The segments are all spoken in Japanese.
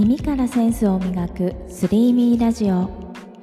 耳からセンスを磨くスリーミーラジオ。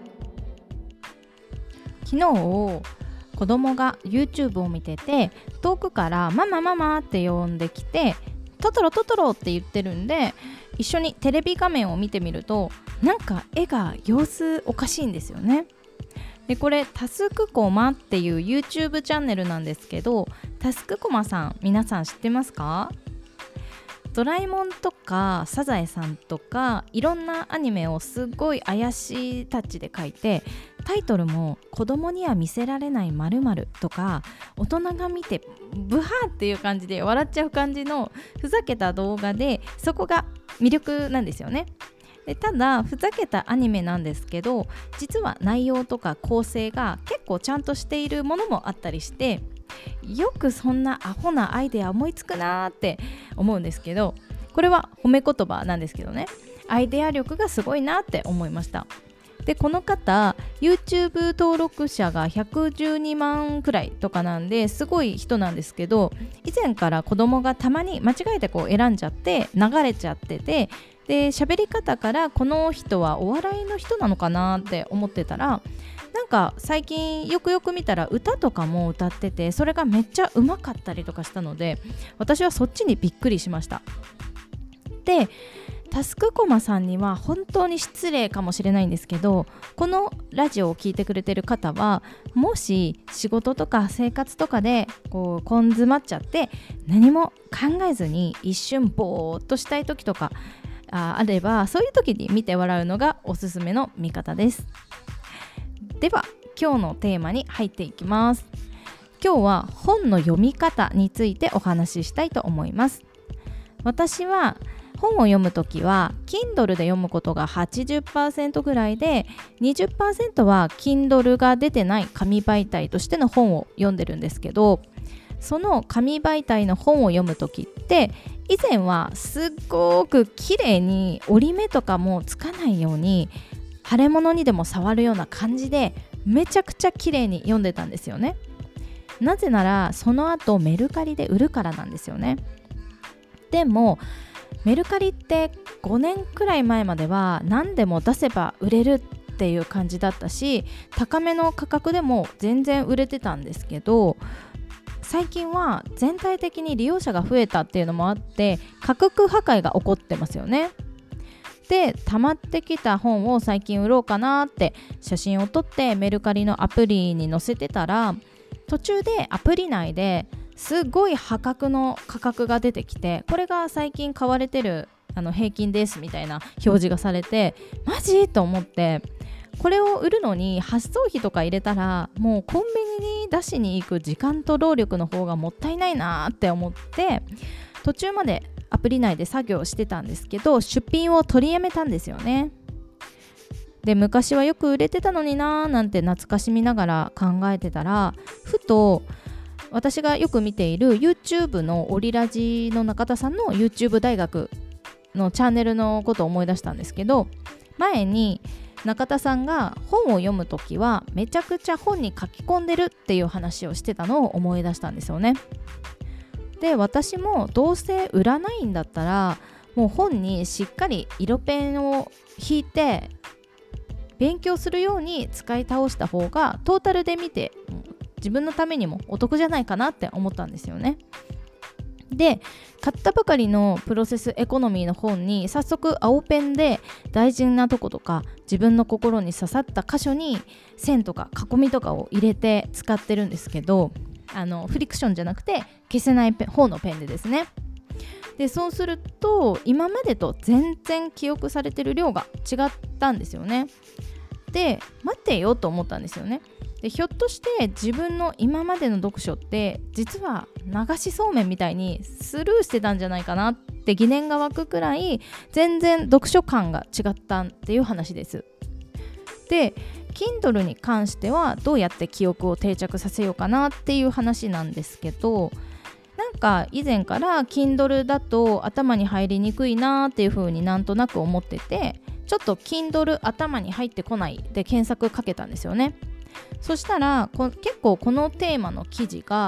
昨日子供が YouTube を見てて、遠くからママママって呼んできて、トトロトトロって言ってるんで、一緒にテレビ画面を見てみると、なんか絵が様子おかしいんですよね。でこれタスクコマっていう YouTube チャンネルなんですけど、タスクコマさん皆さん知ってますか？ドラえもんとかサザエさんとかいろんなアニメをすごい怪しいタッチで描いて、タイトルも子供には見せられない〇〇とか、大人が見てブハーっていう感じで笑っちゃう感じのふざけた動画で、そこが魅力なんですよね。でただふざけたアニメなんですけど、実は内容とか構成が結構ちゃんとしているものもあったりして、よくそんなアホなアイデア思いつくなーって思うんですけど、これは褒め言葉なんですけどね、アイデア力がすごいなって思いました。でこの方 YouTube 登録者が112万くらいとかなんで、すごい人なんですけど、以前から子供がたまに間違えてこう選んじゃって流れちゃってて、で喋り方からこの人はお笑いの人なのかなって思ってたら、なんか最近よくよく見たら歌とかも歌ってて、それがめっちゃうまかったりとかしたので、私はそっちにびっくりしました。でタスクコマさんには本当に失礼かもしれないんですけど、このラジオを聞いてくれてる方は、もし仕事とか生活とかでこう根詰まっちゃって何も考えずに一瞬ぼーっとしたい時とかあれば、そういう時に見て笑うのがおすすめの見方です。では今日のテーマに入っていきます。今日は本の読み方についてお話ししたいと思います。私は本を読むときは Kindle で読むことが 80% ぐらいで、 20% は Kindle が出てない紙媒体としての本を読んでるんですけど、その紙媒体の本を読むときって、以前はすっごく綺麗に折り目とかもつかないように、腫れ物にでも触るような感じでめちゃくちゃ綺麗に読んでたんですよね。なぜならその後メルカリで売るからなんですよね。でもメルカリって5年くらい前までは何でも出せば売れるっていう感じだったし、高めの価格でも全然売れてたんですけど、最近は全体的に利用者が増えたっていうのもあって、価格破壊が起こってますよね。で溜まってきた本を最近売ろうかなって写真を撮ってメルカリのアプリに載せてたら、途中でアプリ内ですごい破格の価格が出てきて、これが最近買われてる平均ですみたいな表示がされて、マジと思って、これを売るのに発送費とか入れたら、もうコンビニに出しに行く時間と労力の方がもったいないなって思って、途中までアプリ内で作業してたんですけど、出品を取りやめたんですよね。で昔はよく売れてたのになーなんて懐かしみながら考えてたら、ふと私がよく見ている YouTube のオリラジの中田さんの YouTube 大学のチャンネルのことを思い出したんですけど、前に中田さんが本を読むときはめちゃくちゃ本に書き込んでるっていう話をしてたのを思い出したんですよね。で私もどうせ売らないんだったら、もう本にしっかり色ペンを引いて勉強するように使い倒した方がトータルで見て自分のためにもお得じゃないかなって思ったんですよね。で買ったばかりのプロセスエコノミーの本に早速青ペンで大事なとことか自分の心に刺さった箇所に線とか囲みとかを入れて使ってるんですけど、フリクションじゃなくて消せない方のペンでですね。でそうすると今までと全然記憶されてる量が違ったんですよね。で待てよと思ったんですよね。でひょっとして自分の今までの読書って実は流しそうめんみたいにスルーしてたんじゃないかなって疑念が湧くくらい、全然読書感が違ったっていう話です。で Kindle に関してはどうやって記憶を定着させようかなっていう話なんですけど、なんか以前から Kindle だと頭に入りにくいなっていう風になんとなく思ってて、ちょっと Kindle 頭に入ってこないで検索かけたんですよね。そしたら結構このテーマの記事が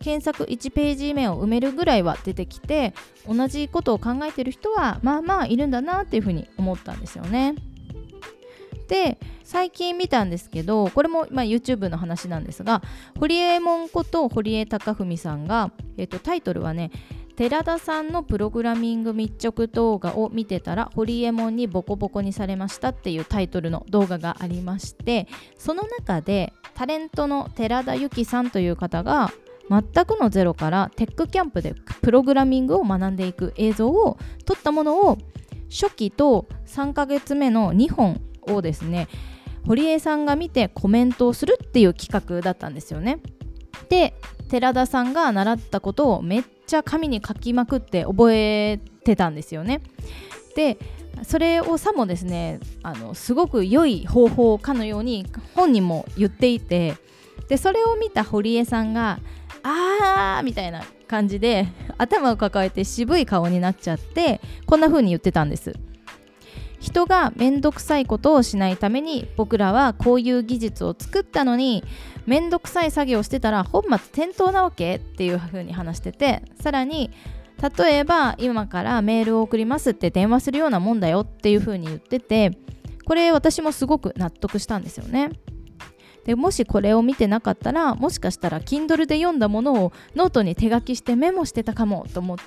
検索1ページ目を埋めるぐらいは出てきて、同じことを考えてる人はまあまあいるんだなっていうふうに思ったんですよね。で最近見たんですけど、これもYouTube の話なんですが、堀江門こと堀江貴文さんが、タイトルはね、寺田さんのプログラミング密着動画を見てたら堀江門にボコボコにされましたっていうタイトルの動画がありまして、その中でタレントの寺田由紀さんという方が全くのゼロからテックキャンプでプログラミングを学んでいく映像を撮ったものを、初期と3ヶ月目の2本をですね、堀江さんが見てコメントをするっていう企画だったんですよね。で寺田さんが習ったことをめっちゃ紙に書きまくって覚えてたんですよね。でそれをさもですね、すごく良い方法かのように本人も言っていて、でそれを見た堀江さんがあーみたいな感じで頭を抱えて渋い顔になっちゃって、こんな風に言ってたんです。人がめんどくさいことをしないために僕らはこういう技術を作ったのに、めんどくさい作業をしてたら本末転倒なわけっていう風に話してて、さらに例えば今からメールを送りますって電話するようなもんだよっていう風に言ってて、これ私もすごく納得したんですよね。でもしこれを見てなかったら、もしかしたら Kindle で読んだものをノートに手書きしてメモしてたかもと思って、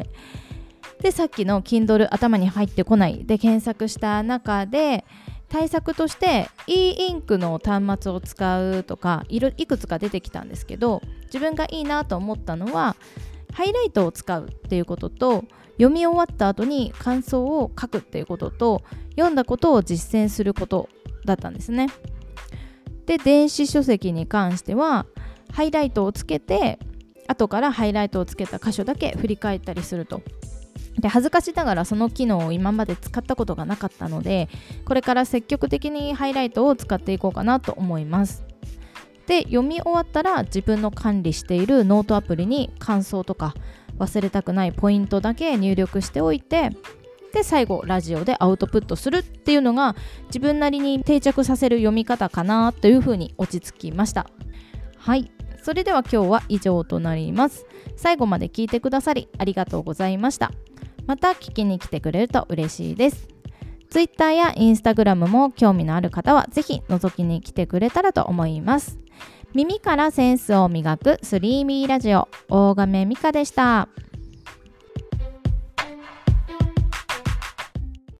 でさっきの Kindle 頭に入ってこないで検索した中で、対策として e インクの端末を使うとかいくつか出てきたんですけど、自分がいいなと思ったのはハイライトを使うっていうことと、読み終わった後に感想を書くっていうことと、読んだことを実践することだったんですね。で電子書籍に関してはハイライトをつけて、後からハイライトをつけた箇所だけ振り返ったりすると。で恥ずかしながらその機能を今まで使ったことがなかったので、これから積極的にハイライトを使っていこうかなと思います。で読み終わったら自分の管理しているノートアプリに感想とか忘れたくないポイントだけ入力しておいて、で最後ラジオでアウトプットするっていうのが自分なりに定着させる読み方かなというふうに落ち着きました。はい、それでは今日は以上となります。最後まで聞いてくださりありがとうございました。また聞きに来てくれると嬉しいです。Twitter や Instagram も興味のある方はぜひ覗きに来てくれたらと思います。耳からセンスを磨くスリーミーラジオ、大亀美香でした。